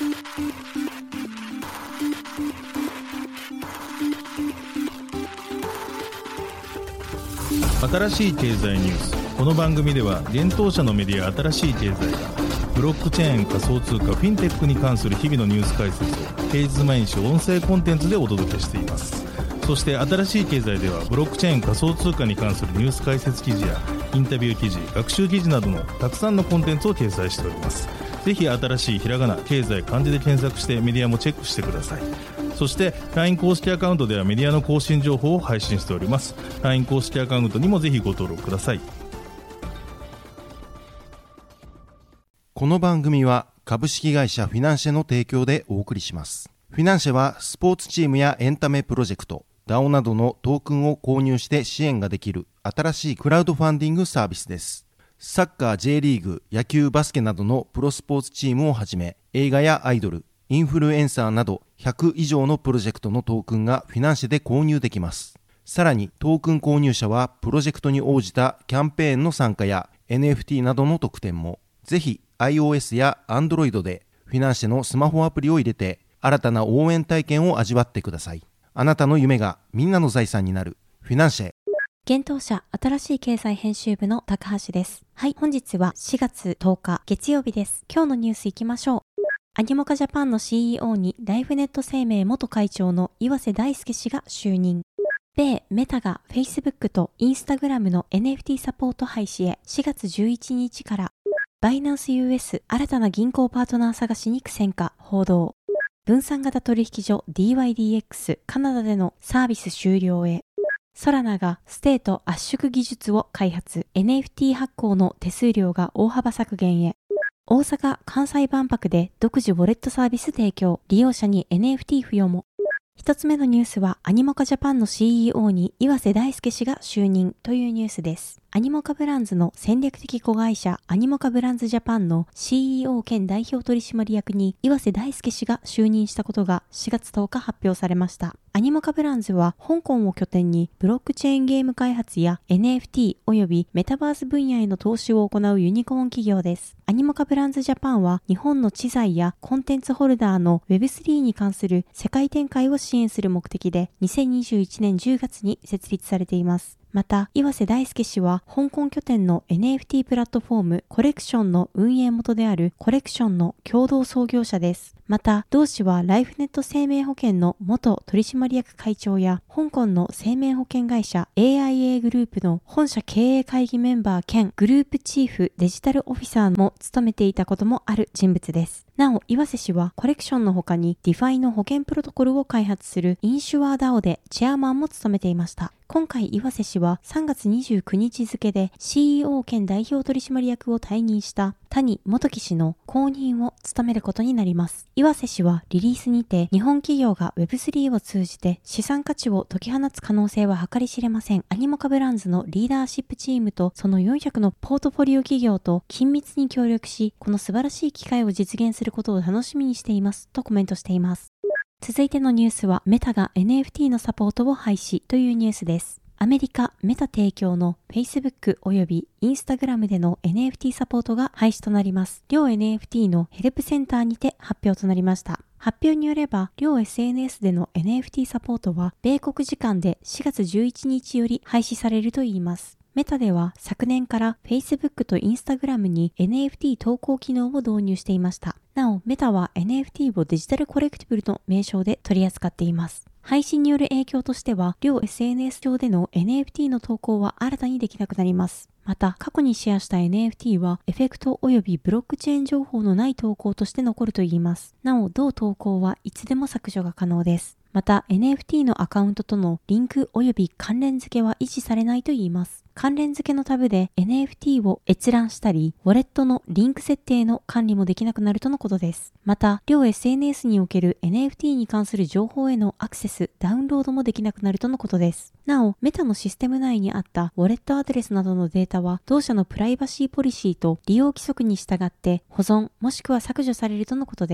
新しい経済ニュース。この番組では現当社のメディア新しい経済がブロックチェーン、仮想通貨、フィンテックに関する日々のニュース解説を平日毎日音声コンテンツでお届けしています。そして新しい経済ではブロックチェーン、仮想通貨に関するニュース解説記事やインタビュー記事、学習記事などのたくさんのコンテンツを掲載しております。ぜひ新しいひらがな、経済、漢字で検索してメディアもチェックしてください。そして LINE 公式アカウントではメディアの更新情報を配信しております。 LINE 公式アカウントにもぜひご登録ください。 この番組は株式会社フィナンシェの提供でお送りします。フィナンシェはスポーツチームやエンタメプロジェクト、DAO などのトークンを購入して支援ができる新しいクラウドファンディングサービスです。サッカー、J リーグ、野球、バスケなどのプロスポーツチームをはじめ、映画やアイドル、インフルエンサーなど100以上のプロジェクトのトークンがフィナンシェで購入できます。さらにトークン購入者はプロジェクトに応じたキャンペーンの参加や NFT などの特典も。ぜひ iOS や Android でフィナンシェのスマホアプリを入れて新たな応援体験を味わってください。あなたの夢がみんなの財産になるフィナンシェ。 現当社新しい経済編集部の高橋です。はい、本日は4月10日月曜日です。今日のニュースいきましょう。アニモカジャパンの CEO にライフネット生命元会長の岩瀬大輔氏が就任。米メタが Facebook と Instagram の NFT サポート廃止へ。4月11日からバイナンス US 新たな銀行パートナー探しに苦戦か報道。分散型取引所 DYDX カナダでのサービス終了へ。ソラナがステート圧縮技術を開発。 NFT 発行の手数料が大幅削減へ。大阪・関西万博で独自ウォレットサービス提供。利用者に NFT 付与も。一つ目のニュースはアニモカジャパンの CEO に岩瀬大輔氏が就任というニュースです。アニモカブランズの戦略的子会社アニモカブランズジャパンの CEO 兼代表取締役に岩瀬大輔氏が就任したことが4月10日発表されました。アニモカブランズは香港を拠点にブロックチェーンゲーム開発や NFT およびメタバース分野への投資を行うユニコーン企業です。アニモカブランズジャパンは日本の知財やコンテンツホルダーの Web3 に関する世界展開を支援する目的で2021年10月に設立されています。また、岩瀬大輔氏は香港拠点の NFT プラットフォームコレクションの運営元であるコレクションの共同創業者です。また、同氏はライフネット生命保険の元取締役会長や香港の生命保険会社 AIA グループの本社経営会議メンバー兼グループチーフデジタルオフィサーも務めていたこともある人物です。なお、岩瀬氏はコレクションの他に DeFi の保険プロトコルを開発するインシュアー DAO でチェアマンも務めていました。今回岩瀬氏は3月29日付で CEO 兼代表取締役を退任した谷元樹氏の後任を務めることになります。岩瀬氏はリリースにて日本企業が Web3 を通じて資産価値を解き放つ可能性は計り知れません。アニモカブランズのリーダーシップチームとその400のポートフォリオ企業と緊密に協力し、この素晴らしい機会を実現することを楽しみにしていますとコメントしています。続いてのニュースはメタが NFT のサポートを廃止というニュースです。アメリカメタ提供の Facebook および Instagram での NFT サポートが廃止となります。両 NFT のヘルプセンターにて発表となりました。発表によれば、両 SNS での NFT サポートは米国時間で4月11日より廃止されるといいます。メタでは昨年から Facebook と Instagram に NFT 投稿機能を導入していました。なお、メタは NFT をデジタルコレクティブルの名称で取り扱っています。配信による影響としては、両 SNS 上での NFT の投稿は新たにできなくなります。また、過去にシェアした NFT は、エフェクト及びブロックチェーン情報のない投稿として残るといいます。なお、同投稿はいつでも削除が可能です。また、NFT のアカウントとのリンク及び関連付けは維持されないといいます。関連付けのタブで NFT を閲覧したり、ウォレットのリンク設定の管理もできなくなるとのことです。また、両 SNS における NFT に関する情報へのアクセス、ダウンロードもできなくなるとのことです。なお、メタのシステム内にあったウォレットアドレスなどのデータは、同社のプライバシーポリシーと利用規則に従って保存もしくは削除されるとのことです。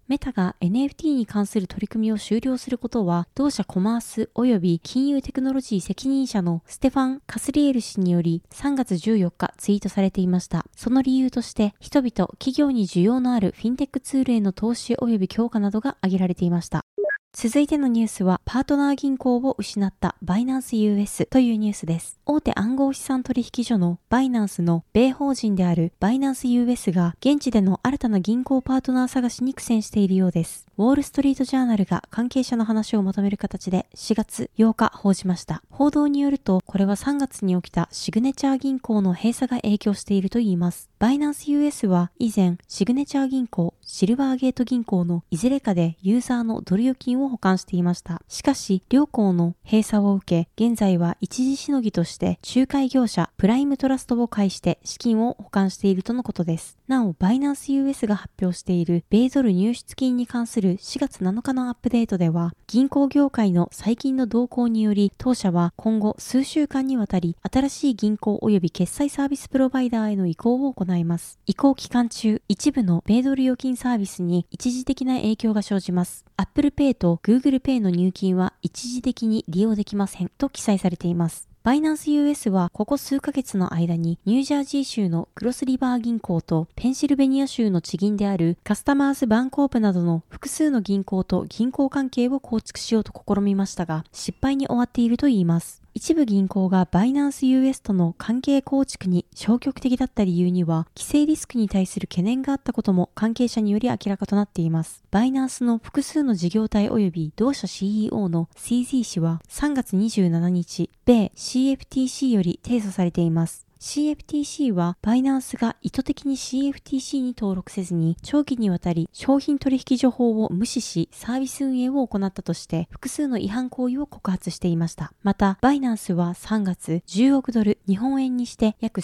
メタが NFT に関する取り組みを終了することは、同社コマース及び金融テクノロジー責任者のステファン・カスリエル氏により3月14日ツイートされていました。その理由として、人々、企業に需要のあるフィンテックツールへの投資及び強化などが挙げられていました。続いてのニュースは、パートナー銀行を失ったバイナンス US というニュースです。大手暗号資産取引所のバイナンスの米法人であるバイナンス US が現地での新たな銀行パートナー探しに苦戦しているようです。ウォールストリートジャーナルが関係者の話をまとめる形で4月8日報じました。報道によると、これは3月に起きたシグネチャー銀行の閉鎖が影響しているといいます。バイナンス US は以前、シグネチャー銀行、シルバーゲート銀行のいずれかでユーザーのドル預金を保管していました。しかし、両行の閉鎖を受け、現在は一時しのぎとして仲介業者プライムトラストを介して資金を保管しているとのことです。なお、バイナンス US が発表している米ドル入出金に関する4月7日のアップデートでは、銀行業界の最近の動向により、当社は今後数週間にわたり、新しい銀行及び決済サービスプロバイダーへの移行を行います。移行期間中、一部の米ドル預金サービスに一時的な影響が生じます。Apple Pay と Google Pay の入金は一時的に利用できませんと記載されています。バイナンス US はここ数ヶ月の間にニュージャージー州のクロスリバー銀行とペンシルベニア州の地銀であるカスタマーズバンコープなどの複数の銀行と銀行関係を構築しようと試みましたが失敗に終わっているといいます。一部銀行がバイナンス US との関係構築に消極的だった理由には、規制リスクに対する懸念があったことも関係者により明らかとなっています。バイナンスの複数の事業体及び同社 CEO の CZ 氏は3月27日、米 CFTC より提訴されています。CFTC はバイナンスが意図的に CFTC に登録せずに長期にわたり商品取引所法を無視しサービス運営を行ったとして複数の違反行為を告発していました。またバイナンスは3月10億ドル日本円にして約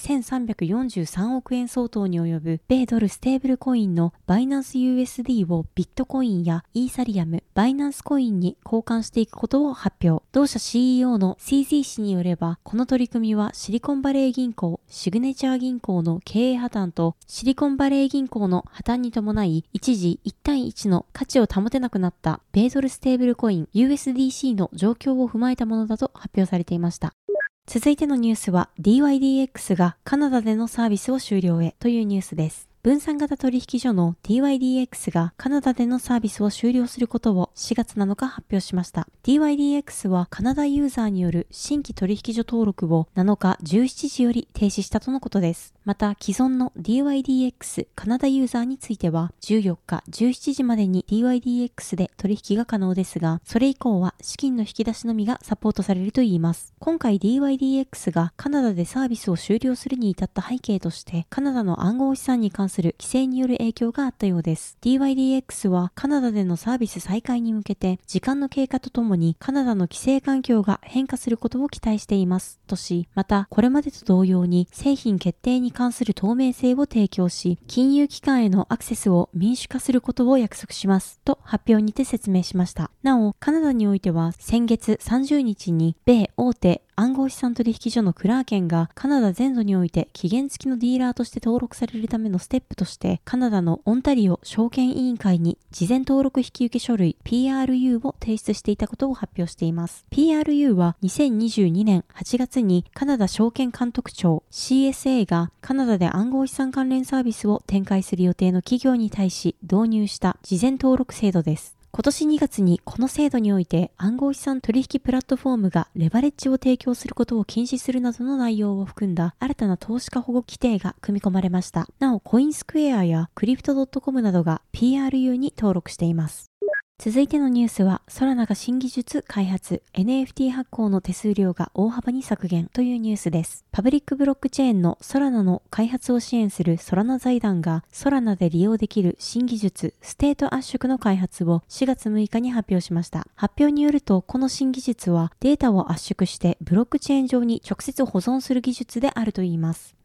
1343億円相当に及ぶ米ドルステーブルコインのバイナンス USD をビットコインやイーサリアム、バイナンスコインに交換していくことを発表。同社 CEO の CZ 氏によればこの取り組みはシリコンバレー銀行シグネチャー銀行の経営破綻とシリコンバレー銀行の破綻に伴い一時1対1の価値を保てなくなった米ドルステーブルコイン USDC の状況を踏まえたものだと発表されていました。続いてのニュースは DYDX がカナダでのサービスを終了へというニュースです。分散型取引所の DYDX がカナダでのサービスを終了することを4月7日発表しました。DYDX はカナダユーザーによる新規取引所登録を7日17時より停止したとのことです。また既存の DYDX カナダユーザーについては14日17時までに DYDX で取引が可能ですが、それ以降は資金の引き出しのみがサポートされるといいます。今回 DYDX がカナダでサービスを終了するに至った背景としてカナダの暗号資産に関する規制による影響があったようです。DYDX はカナダでのサービス再開に向けて時間の経過とともにカナダの規制環境が変化することを期待していますとし、またこれまでと同様に製品決定に関する透明性を提供し、金融機関へのアクセスを民主化することを約束しますと発表にて説明しました。なお、カナダにおいては先月30日に米大手暗号資産取引所のクラーケンがカナダ全土において期限付きのディーラーとして登録されるためのステップとしてカナダのオンタリオ証券委員会に事前登録引受書類 PRU を提出していたことを発表しています。PRU は2022年8月にカナダ証券監督庁 CSA がカナダで暗号資産関連サービスを展開する予定の企業に対し導入した事前登録制度です。今年2月にこの制度において暗号資産取引プラットフォームがレバレッジを提供することを禁止するなどの内容を含んだ新たな投資家保護規定が組み込まれました。なお、コインスクエアやクリプト .com などが PRU に登録しています。続いてのニュースは、ソラナが新技術開発、NFT 発行の手数料が大幅に削減というニュースです。パブリックブロックチェーンのソラナの開発を支援するソラナ財団が、ソラナで利用できる新技術、ステート圧縮の開発を4月6日に発表しました。発表によると、この新技術はデータを圧縮してブロックチェーン上に直接保存する技術であるといいます。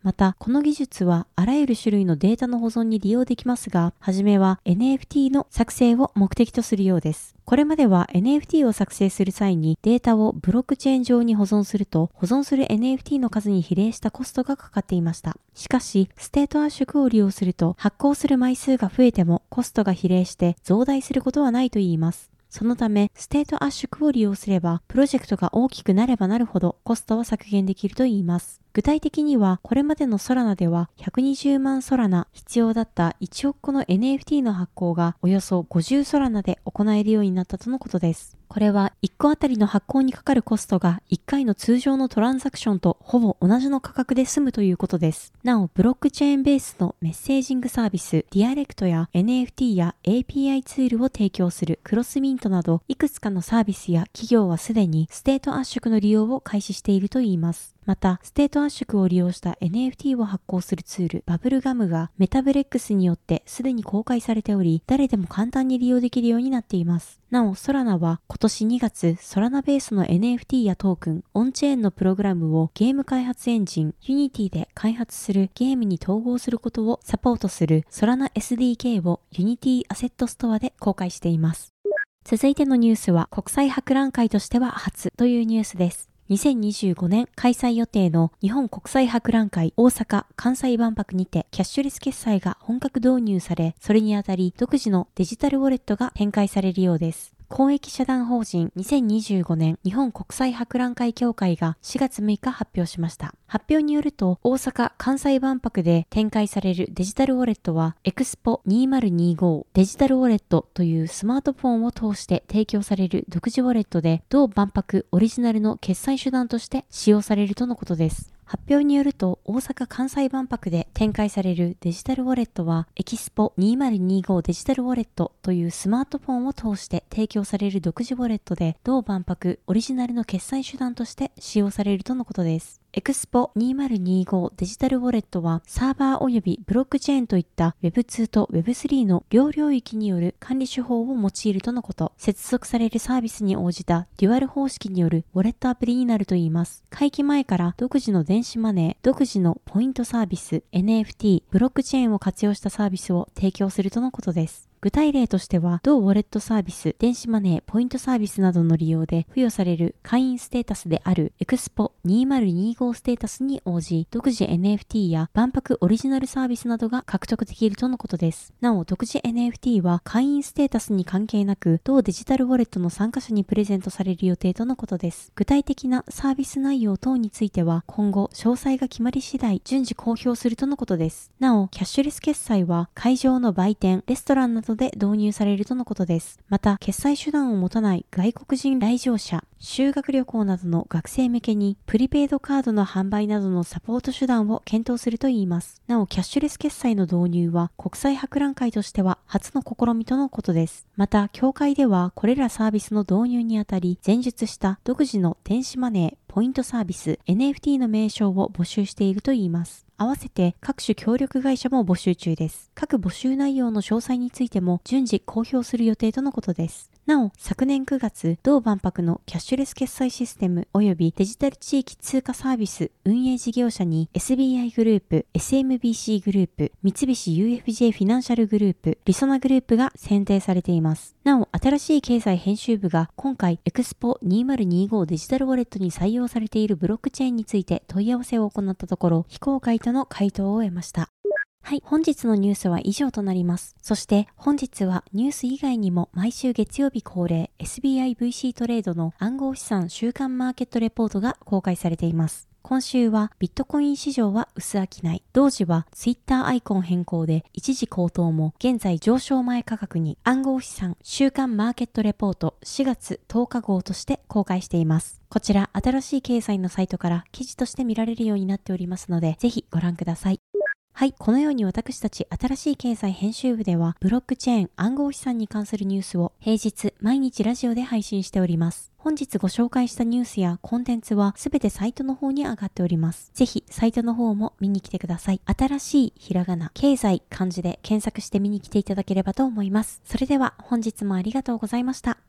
また、この技術はあらゆる種類のデータの保存に利用できますが、はじめは NFT の作成を目的とするようです。これまでは NFT を作成する際にデータをブロックチェーン上に保存すると、保存する NFT の数に比例したコストがかかっていました。しかし、ステート圧縮を利用すると、発行する枚数が増えてもコストが比例して増大することはないといいます。そのため、ステート圧縮を利用すれば、プロジェクトが大きくなればなるほどコストは削減できるといいます。具体的には、これまでのソラナでは120万ソラナ必要だった1億個の NFT の発行がおよそ50ソラナで行えるようになったとのことです。これは1個あたりの発行にかかるコストが1回の通常のトランザクションとほぼ同じの価格で済むということです。なお、ブロックチェーンベースのメッセージングサービス、ディアレクトや NFT や API ツールを提供するクロスミントなど、いくつかのサービスや企業はすでにステート圧縮の利用を開始しているといいます。また、ステート圧縮を利用した NFT を発行するツール、バブルガムがメタブレックスによってすでに公開されており、誰でも簡単に利用できるようになっています。なお、ソラナは今年2月、ソラナベースの NFT やトークン、オンチェーンのプログラムをゲーム開発エンジン、Unity で開発するゲームに統合することをサポートするソラナ SDK を Unity アセットストアで公開しています。続いてのニュースは、国際博覧会としては初というニュースです。2025年開催予定の日本国際博覧会大阪・関西万博にてキャッシュレス決済が本格導入され、それにあたり独自のデジタルウォレットが展開されるようです。公益社団法人2025年日本国際博覧会協会が4月6日発表しました。発表によると、大阪・関西万博で展開されるデジタルウォレットは、エクスポ2025デジタルウォレットというスマートフォンを通して提供される独自ウォレットで、同万博オリジナルの決済手段として使用されるとのことです。発表によると、大阪・関西万博で展開されるデジタルウォレットは、エキスポ2025デジタルウォレットというスマートフォンを通して提供される独自ウォレットで、同万博オリジナルの決済手段として使用されるとのことです。エクスポ2025デジタルウォレットは、サーバー及びブロックチェーンといった Web2 と Web3 の両領域による管理手法を用いるとのこと。接続されるサービスに応じたデュアル方式によるウォレットアプリになるといいます。会期前から独自の電子マネー、独自のポイントサービス、NFT、ブロックチェーンを活用したサービスを提供するとのことです。具体例としては、同ウォレットサービス、電子マネー、ポイントサービスなどの利用で付与される会員ステータスであるエクスポ2025ステータスに応じ、独自 NFT や万博オリジナルサービスなどが獲得できるとのことです。なお、独自 NFT は会員ステータスに関係なく、同デジタルウォレットの参加者にプレゼントされる予定とのことです。具体的なサービス内容等については、今後詳細が決まり次第順次公表するとのことです。なお、キャッシュレス決済は会場の売店、レストランなどで導入されるとのことです。また、決済手段を持たない外国人来場者、修学旅行などの学生向けにプリペイドカードの販売などのサポート手段を検討するといいます。なお、キャッシュレス決済の導入は国際博覧会としては初の試みとのことです。また、協会ではこれらサービスの導入にあたり、前述した独自の電子マネー、ポイントサービス、NFT の名称を募集しているといいます。合わせて各種協力会社も募集中です。各募集内容の詳細についても順次公表する予定とのことです。なお、昨年9月、同万博のキャッシュレス決済システム及びデジタル地域通貨サービス運営事業者に SBI グループ、SMBC グループ、三菱 UFJ フィナンシャルグループ、りそなグループが選定されています。なお、新しい経済編集部が今回エクスポ2025デジタルウォレットに採用されているブロックチェーンについて問い合わせを行ったところ、非公開との回答を得ました。はい、本日のニュースは以上となります。そして本日はニュース以外にも毎週月曜日恒例 SBIVC トレードの暗号資産週間マーケットレポートが公開されています。今週はビットコイン市場は薄商い。同時はツイッターアイコン変更で一時高騰も現在上昇前価格に暗号資産週間マーケットレポート4月10日号として公開しています。こちら新しい経済のサイトから記事として見られるようになっておりますので、ぜひご覧ください。はい、このように私たち新しい経済編集部ではブロックチェーン暗号資産に関するニュースを平日毎日ラジオで配信しております。本日ご紹介したニュースやコンテンツはすべてサイトの方に上がっております。ぜひサイトの方も見に来てください。新しいひらがな、経済漢字で検索して見に来ていただければと思います。それでは本日もありがとうございました。